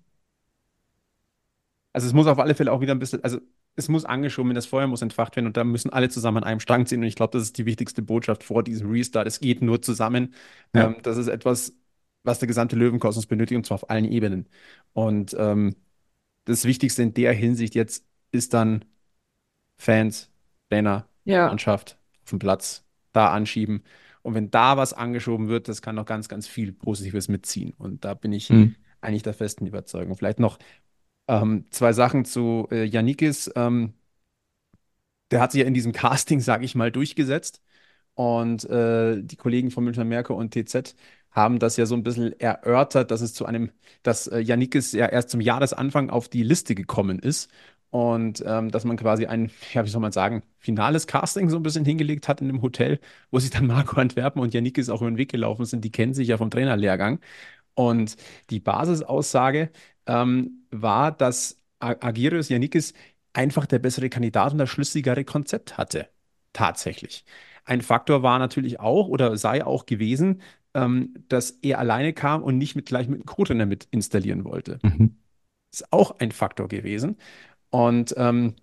Also es muss auf alle Fälle auch wieder ein bisschen, also es muss angeschoben werden, das Feuer muss entfacht werden und da müssen alle zusammen an einem Strang ziehen. Und ich glaube, das ist die wichtigste Botschaft vor diesem Restart. Es geht nur zusammen. Ja. Ähm, das ist etwas, was der gesamte Löwenkosmos benötigt und zwar auf allen Ebenen. Und ähm, das Wichtigste in der Hinsicht jetzt ist dann Fans, Trainer, Ja. Mannschaft auf dem Platz da anschieben. Und wenn da was angeschoben wird, das kann noch ganz, ganz viel Positives mitziehen. Und da bin ich Mhm. eigentlich der festen Überzeugung. Vielleicht noch ähm, zwei Sachen zu äh, Yannickis. Ähm, der hat sich ja in diesem Casting, sage ich mal, durchgesetzt. Und äh, die Kollegen von Münchner Merkur und T Z haben das ja so ein bisschen erörtert, dass es zu einem, dass äh, Yannickis ja erst zum Jahresanfang auf die Liste gekommen ist. Und ähm, dass man quasi ein, ja, wie soll man sagen, finales Casting so ein bisschen hingelegt hat in dem Hotel, wo sich dann Marco Antwerpen und Yannickis auch über den Weg gelaufen sind. Die kennen sich ja vom Trainerlehrgang. Und die Basisaussage ähm, war, dass A- Agirios Yannickis einfach der bessere Kandidat und das schlüssigere Konzept hatte. Tatsächlich. Ein Faktor war natürlich auch oder sei auch gewesen, ähm, dass er alleine kam und nicht mit, gleich mit einem Co-Trainer mit installieren wollte. Mhm. Ist auch ein Faktor gewesen. Und ähm,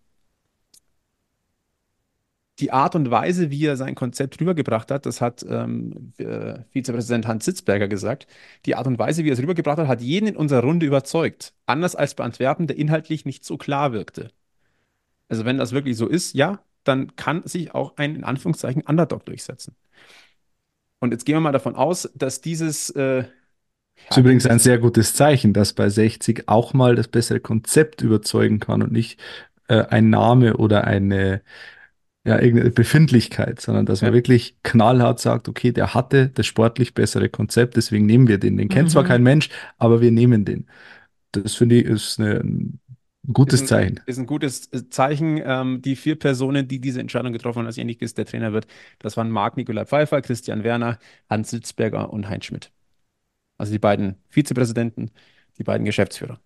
die Art und Weise, wie er sein Konzept rübergebracht hat, das hat ähm, äh, Vizepräsident Hans Sitzberger gesagt, die Art und Weise, wie er es rübergebracht hat, hat jeden in unserer Runde überzeugt. Anders als bei Antwerpen, der inhaltlich nicht so klar wirkte. Also wenn das wirklich so ist, ja, dann kann sich auch ein, in Anführungszeichen, Underdog durchsetzen. Und jetzt gehen wir mal davon aus, dass dieses, äh, Ist ja, übrigens ein dieses, sehr gutes Zeichen, dass bei sechzig auch mal das bessere Konzept überzeugen kann und nicht äh, ein Name oder eine, ja, irgendeine Befindlichkeit, sondern dass man ja, wirklich knallhart sagt, okay, der hatte das sportlich bessere Konzept, deswegen nehmen wir den. Den kennt zwar kein Mhm. Mensch, aber wir nehmen den. Das finde ich ist eine, ein ist gutes ein, Zeichen. ist ein gutes äh, Zeichen. Ähm, die vier Personen, die diese Entscheidung getroffen haben, dass Janikis der Trainer wird, das waren Marc-Nikolai Pfeiffer, Christian Werner, Hans Sitzberger und Heinz Schmidt. Also die beiden Vizepräsidenten, die beiden Geschäftsführer.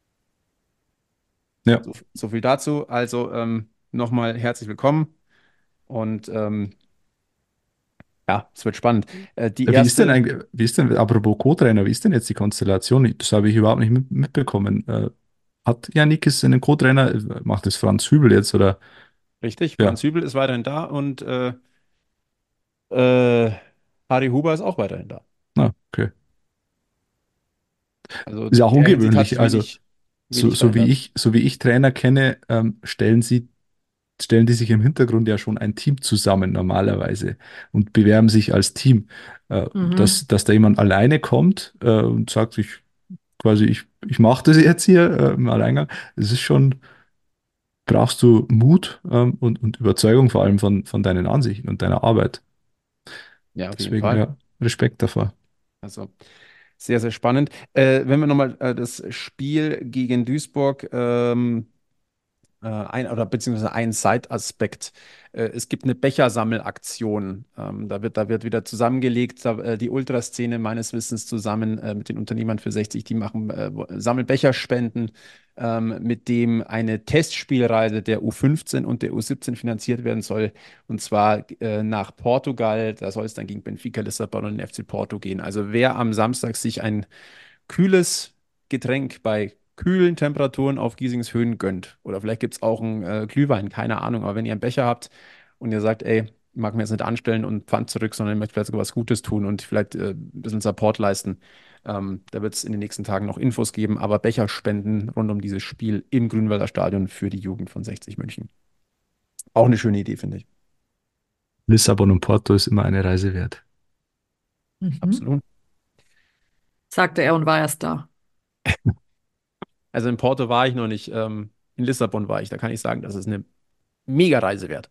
Ja. So, so viel dazu. Also ähm, nochmal herzlich willkommen und ähm, ja, es wird spannend. Äh, die Wie ist denn erste, eigentlich, wie ist denn, apropos Co-Trainer, wie ist denn jetzt die Konstellation? Das habe ich überhaupt nicht mit, mitbekommen. Äh, hat Janikis einen Co-Trainer? Macht das Franz Hübel jetzt oder? richtig, Ja. Franz Hübel ist weiterhin da und äh, äh, Harry Huber ist auch weiterhin da. Ah, okay. Also Ist ja auch in der Hinsicht hat ungewöhnlich. sich Also wenig, so, wenig so wie verändert. ich, so wie ich Trainer kenne, ähm, stellen sie, stellen die sich im Hintergrund ja schon ein Team zusammen normalerweise und bewerben sich als Team. Äh, Mhm. dass, dass da jemand alleine kommt äh, und sagt, ich quasi, ich, ich mache das jetzt hier äh, im Alleingang, das ist schon, brauchst du Mut ähm, und, und Überzeugung vor allem von, von deinen Ansichten und deiner Arbeit. Ja, auf jeden Deswegen, Fall. ja, Respekt davor. Also sehr, sehr spannend. Äh, wenn wir nochmal äh, das Spiel gegen Duisburg ähm, äh, ein oder beziehungsweise ein Side-Aspekt. Äh, es gibt eine Bechersammelaktion. Ähm, da wird, da wird wieder zusammengelegt, da, äh, die Ultraszene meines Wissens zusammen äh, mit den Unternehmern für sechzig, die machen äh, sammeln Becherspenden, ähm, mit dem eine Testspielreise der U fünfzehn und der U siebzehn finanziert werden soll. Und zwar äh, nach Portugal. Da soll es dann gegen Benfica Lissabon und den F C Porto gehen. Also wer am Samstag sich ein kühles Getränk bei kühlen Temperaturen auf Giesings Höhen gönnt. Oder vielleicht gibt es auch einen äh, Glühwein, keine Ahnung. Aber wenn ihr einen Becher habt und ihr sagt, ey, ich mag mir jetzt nicht anstellen und Pfand zurück, sondern ich möchte vielleicht sogar was Gutes tun und vielleicht äh, ein bisschen Support leisten, ähm, da wird es in den nächsten Tagen noch Infos geben. Aber Becherspenden rund um dieses Spiel im Grünwalder Stadion für die Jugend von sechzig München. Auch eine schöne Idee, finde ich. Lissabon und Porto ist immer eine Reise wert. Mhm. Absolut. Sagte er und war erst da. Also in Porto war ich noch nicht, ähm, in Lissabon war ich. Da kann ich sagen, das ist eine Mega-Reise wert.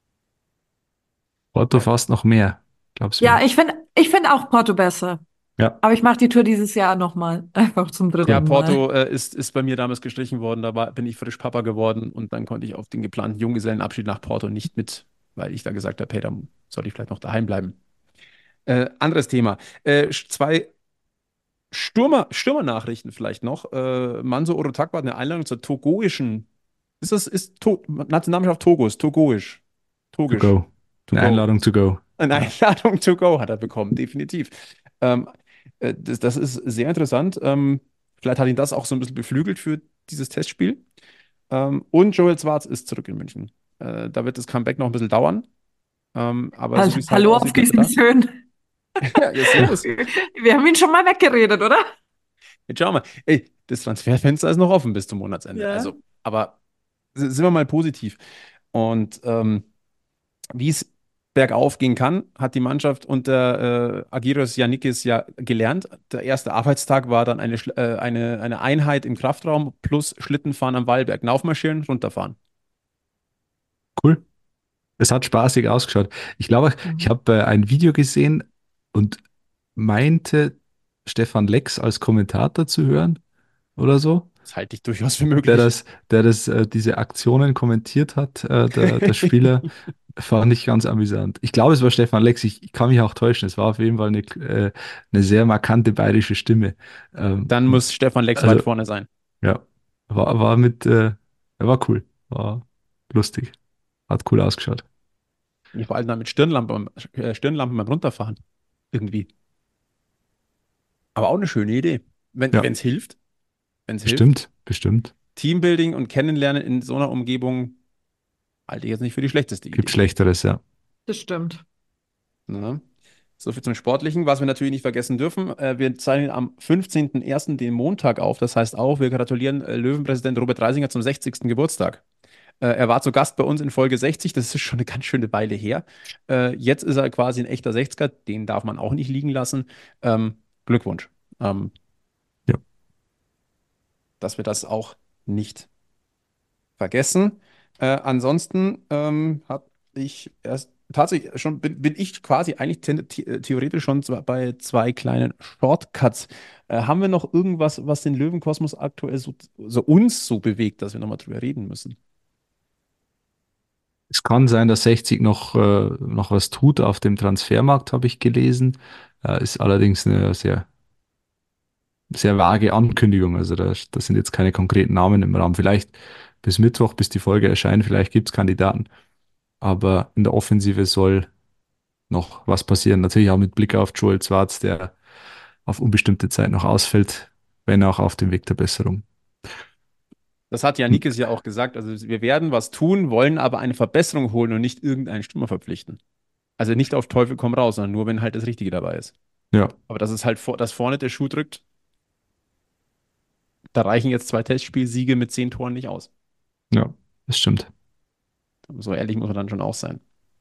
Porto Ja. fast noch mehr, glaubst du Ja, mir? ich finde ich find auch Porto besser. Ja, Aber ich mache die Tour dieses Jahr nochmal. Einfach zum dritten Ja, Mal. Porto äh, ist, ist bei mir damals gestrichen worden. Da war, bin ich frisch Papa geworden und dann konnte ich auf den geplanten Junggesellenabschied nach Porto nicht mit, weil ich da gesagt habe, hey, da soll ich vielleicht noch daheim bleiben. Äh, anderes Thema. Äh, sch- zwei Stürmer, Stürmernachrichten vielleicht noch. Äh, Manso Orotakwa hat eine Einladung zur togoischen. Ist das ist to Nationalmannschaft Togos, togoisch. to Togisch. go. To Eine go. Einladung to go. Eine Ja. Einladung to go hat er bekommen, definitiv. Ähm, äh, das, das ist sehr interessant. Ähm, vielleicht hat ihn das auch so ein bisschen beflügelt für dieses Testspiel. Ähm, und Joel Schwarz ist zurück in München. Äh, da wird das Comeback noch ein bisschen dauern. Ähm, aber Hall so wie es halt Hallo auf aussieht, bleibt er Giesings Höhen. da. Ja, ja, servus. Wir haben ihn schon mal weggeredet, oder? Jetzt schauen wir. Ey, das Transferfenster ist noch offen bis zum Monatsende. Ja. Also, aber s- sind wir mal positiv. Und ähm, wie es bergauf gehen kann, hat die Mannschaft unter äh, Agiros Yannikis ja gelernt. Der erste Arbeitstag war dann eine, Schl- äh, eine, eine Einheit im Kraftraum plus Schlittenfahren am Wallberg. Hinaufmarschieren, runterfahren. Cool. Es hat spaßig ausgeschaut. Ich glaube, ich Mhm. habe äh, ein Video gesehen und meinte Stefan Lex als Kommentator zu hören oder so, Das halte ich durchaus für der möglich. das, der das, äh, diese Aktionen kommentiert hat, äh, der, der Spieler, fand ich ganz amüsant. Ich glaube, es war Stefan Lex, ich, ich kann mich auch täuschen. Es war auf jeden Fall eine, äh, eine sehr markante bayerische Stimme. Ähm, Dann muss Stefan Lex also, weit vorne sein. ja, war, war mit, äh, war cool, war lustig, hat cool ausgeschaut. Ja, vor allem dann mit Stirnlampe, beim- äh, Stirnlampen beim Runterfahren. Irgendwie. Aber auch eine schöne Idee. Wenn Ja, es hilft. Wenn es hilft. bestimmt, bestimmt. Teambuilding und Kennenlernen in so einer Umgebung halte ich jetzt nicht für die schlechteste Gibt Idee. Schlechteres, ja. Das stimmt. Ne? So viel zum Sportlichen. Was wir natürlich nicht vergessen dürfen, äh, wir zeichnen am fünfzehnten ersten den Montag auf. Das heißt auch, wir gratulieren äh, Löwenpräsident Robert Reisinger zum sechzigsten Geburtstag. Äh, er war zu Gast bei uns in Folge sechzig. Das ist schon eine ganz schöne Weile her. Äh, jetzt ist er quasi ein echter sechziger. Den darf man auch nicht liegen lassen. Ähm, Glückwunsch. Ähm, Ja. dass wir das auch nicht vergessen. Äh, ansonsten ähm, habe ich erst tatsächlich schon, bin, bin ich quasi eigentlich the the theoretisch schon zwe- bei zwei kleinen Shortcuts. Äh, haben wir noch irgendwas, was den Löwenkosmos aktuell so, so uns so bewegt, dass wir nochmal drüber reden müssen? Es kann sein, dass sechzig noch, äh, noch was tut auf dem Transfermarkt, habe ich gelesen. Äh, ist allerdings eine sehr, sehr vage Ankündigung. Also da, da sind jetzt keine konkreten Namen im Raum. Vielleicht bis Mittwoch, bis die Folge erscheint, vielleicht gibt es Kandidaten. Aber in der Offensive soll noch was passieren. Natürlich auch mit Blick auf Joel Schwarz, der auf unbestimmte Zeit noch ausfällt, wenn auch auf dem Weg der Besserung. Das hat Janikis ja auch gesagt. Also wir werden was tun, wollen aber eine Verbesserung holen und nicht irgendeinen Stürmer verpflichten. Also nicht auf Teufel komm raus, sondern nur, wenn halt das Richtige dabei ist. Ja, Aber das ist halt, vor, dass vorne der Schuh drückt, da reichen jetzt zwei Testspielsiege mit zehn Toren nicht aus. ja, das stimmt. So ehrlich muss man dann schon auch sein.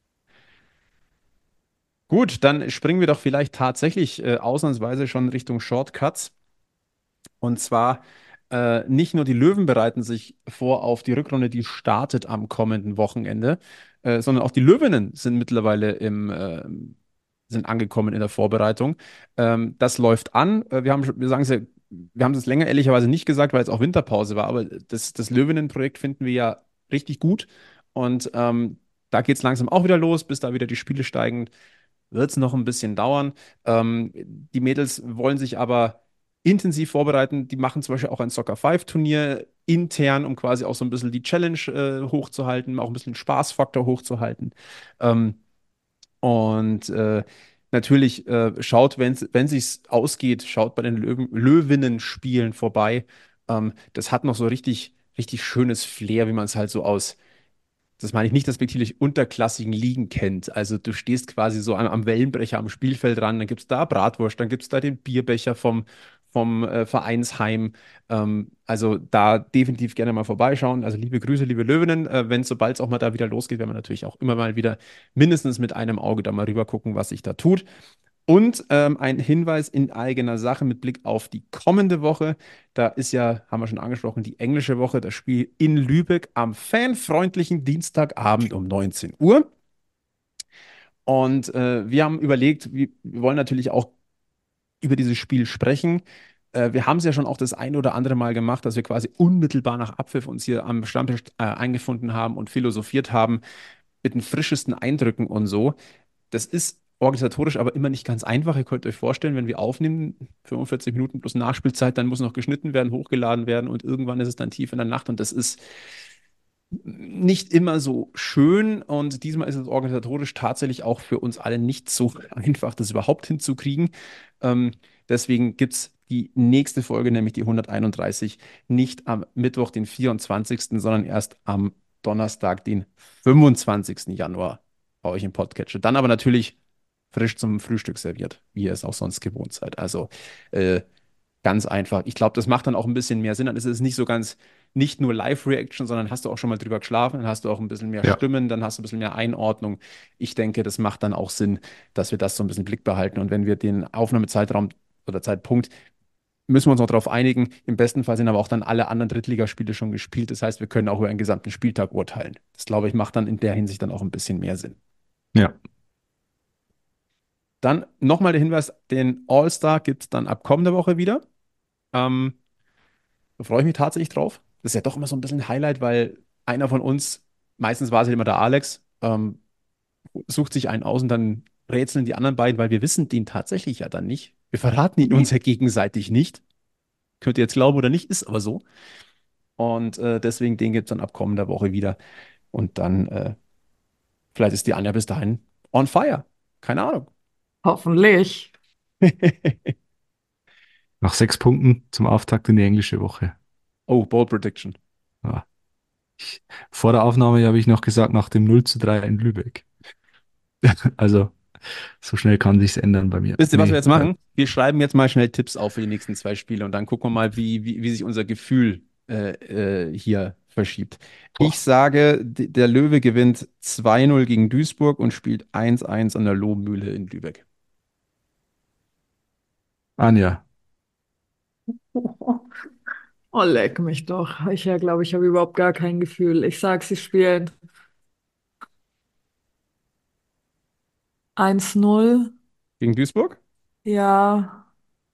Gut, dann springen wir doch vielleicht tatsächlich äh, ausnahmsweise schon Richtung Shortcuts. Und zwar äh, nicht nur die Löwen bereiten sich vor auf die Rückrunde, die startet am kommenden Wochenende, äh, sondern auch die Löwinnen sind mittlerweile im, äh, sind angekommen in der Vorbereitung. Ähm, das läuft an. Äh, wir haben, schon- wir sagen es ja, wir haben es länger ehrlicherweise nicht gesagt, weil es auch Winterpause war, aber das, das Löwinnen-Projekt finden wir ja richtig gut. Und ähm, da geht es langsam auch wieder los, bis da wieder die Spiele steigen, wird es noch ein bisschen dauern. Ähm, die Mädels wollen sich aber intensiv vorbereiten. Die machen zum Beispiel auch ein Soccer fünf Turnier intern, um quasi auch so ein bisschen die Challenge äh, hochzuhalten, auch ein bisschen den Spaßfaktor hochzuhalten. Ähm, und äh, natürlich äh, schaut, wenn's, wenn sich's ausgeht, schaut bei den Löwen, Löwinnen-Spielen vorbei. Ähm, das hat noch so richtig, richtig schönes Flair, wie man es halt so aus, das meine ich nicht respektierlich, unterklassigen Ligen kennt. Also du stehst quasi so am, am Wellenbrecher am Spielfeld ran, dann gibt es da Bratwurst, dann gibt es da den Bierbecher vom, vom äh, Vereinsheim. Ähm, also da definitiv gerne mal vorbeischauen. Also liebe Grüße, liebe Löwinnen. Äh, wenn sobald es auch mal da wieder losgeht, werden wir natürlich auch immer mal wieder mindestens mit einem Auge da mal rüber gucken, was sich da tut. Und ähm, ein Hinweis in eigener Sache mit Blick auf die kommende Woche. Da ist ja, haben wir schon angesprochen, die englische Woche, das Spiel in Lübeck am fanfreundlichen Dienstagabend um neunzehn Uhr. Und äh, wir haben überlegt, wir, wir wollen natürlich auch über dieses Spiel sprechen. Äh, wir haben es ja schon auch das ein oder andere Mal gemacht, dass wir quasi unmittelbar nach Abpfiff uns hier am Stammtisch äh, eingefunden haben und philosophiert haben mit den frischesten Eindrücken und so. Das ist organisatorisch aber immer nicht ganz einfach. Ihr könnt euch vorstellen, wenn wir aufnehmen, fünfundvierzig Minuten plus Nachspielzeit, dann muss noch geschnitten werden, hochgeladen werden und irgendwann ist es dann tief in der Nacht und das ist nicht immer so schön und diesmal ist es organisatorisch tatsächlich auch für uns alle nicht so einfach, das überhaupt hinzukriegen. Ähm, deswegen gibt es die nächste Folge, nämlich die hunderteinunddreißig, nicht am Mittwoch, den vierundzwanzigsten, sondern erst am Donnerstag, den fünfundzwanzigsten Januar bei euch im Podcatcher. Dann aber natürlich frisch zum Frühstück serviert, wie ihr es auch sonst gewohnt seid. Also äh, ganz einfach. Ich glaube, das macht dann auch ein bisschen mehr Sinn. Dann ist es nicht so ganz, nicht nur Live-Reaction, sondern hast du auch schon mal drüber geschlafen, dann hast du auch ein bisschen mehr Ja. Stimmen, dann hast du ein bisschen mehr Einordnung. Ich denke, das macht dann auch Sinn, dass wir das so ein bisschen im Blick behalten. Und wenn wir den Aufnahmezeitraum oder Zeitpunkt, müssen wir uns auch darauf einigen. Im besten Fall sind aber auch dann alle anderen Drittligaspiele schon gespielt. Das heißt, wir können auch über einen gesamten Spieltag urteilen. Das, glaube ich, macht dann in der Hinsicht dann auch ein bisschen mehr Sinn. Ja. Dann nochmal der Hinweis, den All-Star gibt es dann ab kommender Woche wieder. Ähm, Da freue ich mich tatsächlich drauf. Das ist ja doch immer so ein bisschen ein Highlight, weil einer von uns, meistens war es ja immer der Alex, ähm, sucht sich einen aus und dann rätseln die anderen beiden, weil wir wissen den tatsächlich ja dann nicht. Wir verraten ihn uns ja gegenseitig nicht. Könnt ihr jetzt glauben oder nicht, ist aber so. Und äh, deswegen, den gibt es dann ab kommender Woche wieder. Und dann, äh, vielleicht ist die Anja bis dahin on fire. Keine Ahnung. Hoffentlich. Nach sechs Punkten zum Auftakt in die englische Woche. Oh, Bold Prediction. Ja. Ich, vor der Aufnahme habe ich noch gesagt, nach dem null zu drei in Lübeck. Also, so schnell kann sich's ändern bei mir. Wisst ihr, was Nee, wir jetzt machen? Wir schreiben jetzt mal schnell Tipps auf für die nächsten zwei Spiele und dann gucken wir mal, wie, wie, wie sich unser Gefühl äh, äh, hier verschiebt. Boah. Ich sage, d- der Löwe gewinnt zwei null gegen Duisburg und spielt eins eins an der Lohmühle in Lübeck. Anja, Oh, leck mich doch. Ich ja glaube, ich habe überhaupt gar kein Gefühl. Ich sag, sie spielen eins null. Gegen Duisburg? Ja.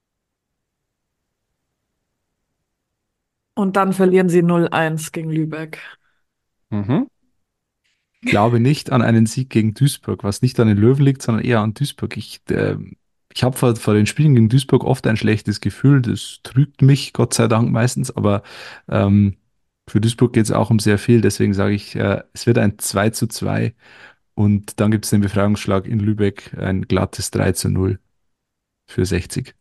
Und dann verlieren sie null eins gegen Lübeck. Mhm. glaube nicht an einen Sieg gegen Duisburg, was nicht an den Löwen liegt, sondern eher an Duisburg. Ich, äh, ich habe vor, vor den Spielen gegen Duisburg oft ein schlechtes Gefühl. Das trügt mich, Gott sei Dank meistens, aber ähm, für Duisburg geht es auch um sehr viel. Deswegen sage ich, äh, es wird ein zwei zu zwei und dann gibt es den Befreiungsschlag in Lübeck, ein glattes drei zu null für sechzig.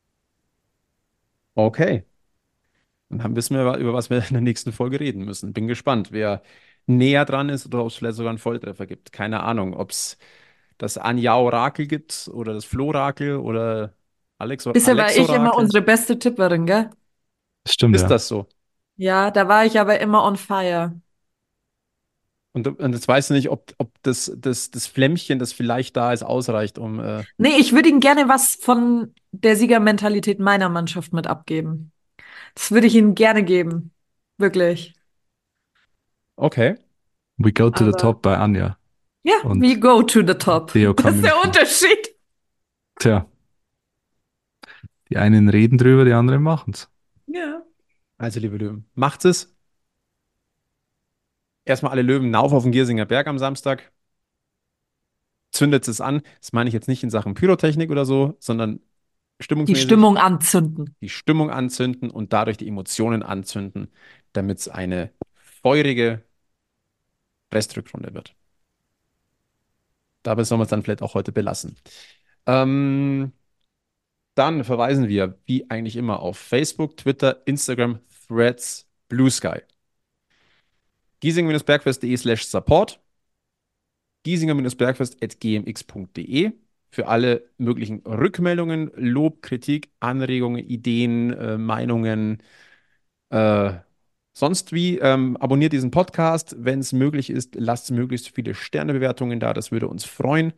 Okay. Und dann wissen wir, über was wir in der nächsten Folge reden müssen. Bin gespannt, wer näher dran ist oder ob es vielleicht sogar einen Volltreffer gibt. Keine Ahnung, ob es das Anja-Orakel gibt oder das Florakel oder Alex Bisher war ich immer Alex-Orakel. unsere beste Tipperin, gell? Das stimmt, Ist ja. das so? Ja, da war ich aber immer on fire. Und, du- und jetzt weißt du nicht, ob, ob das, das, das Flämmchen, das vielleicht da ist, ausreicht, um. Äh, Nee, ich würde ihm gerne was von der Siegermentalität meiner Mannschaft mit abgeben. Das würde ich ihm gerne geben. Wirklich. okay. We go to the Aber top bei Anja ja, we und go to the top. Theo Das ist der Kaminski. Unterschied. Tja, die einen reden drüber, die anderen machen's. Ja. Also, liebe Löwen, macht es. erstmal alle Löwen rauf auf den Giersinger Berg am Samstag. Zündet es an. Das meine ich jetzt nicht in Sachen Pyrotechnik oder so, sondern Die stimmungsmäßig Stimmung anzünden. die Stimmung anzünden und dadurch die Emotionen anzünden, damit es eine feurige Restrückrunde wird. Dabei sollen wir es dann vielleicht auch heute belassen. Ähm, dann verweisen wir, wie eigentlich immer, auf Facebook, Twitter, Instagram, Threads, Blue Sky. giesinger-bergfest.de slash support, giesinger-bergfest at gmx.de für alle möglichen Rückmeldungen, Lob, Kritik, Anregungen, Ideen, äh, Meinungen, äh, sonst wie. Ähm, abonniert diesen Podcast, wenn es möglich ist, lasst möglichst viele Sternebewertungen da, das würde uns freuen.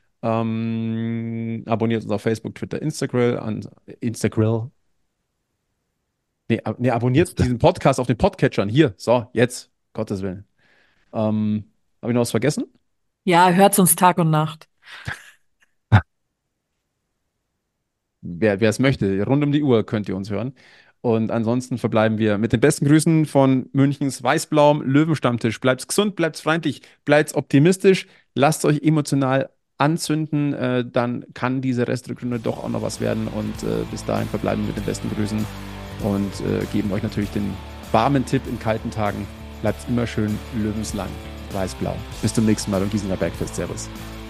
Ähm, abonniert uns auf Facebook, Twitter, Instagram, an Instagram. Nee, ab, nee, abonniert diesen Podcast auf den Podcatchern. Hier, so, jetzt, Gottes Willen. Ähm, habe ich noch was vergessen? Ja, hört's uns Tag und Nacht. Wer wer es möchte, rund um die Uhr könnt ihr uns hören. Und ansonsten verbleiben wir mit den besten Grüßen von Münchens Weißblauem Löwenstammtisch. Bleibt's gesund, bleibt's freundlich, bleibt's optimistisch, lasst euch emotional anzünden, äh, dann kann diese Restriktion doch auch noch was werden. Und äh, bis dahin verbleiben wir mit den besten Grüßen und äh, geben euch natürlich den warmen Tipp in kalten Tagen. Bleibt's immer schön löwenslang, weiß-blau. Bis zum nächsten Mal beim Giesinger Bergfest. Servus.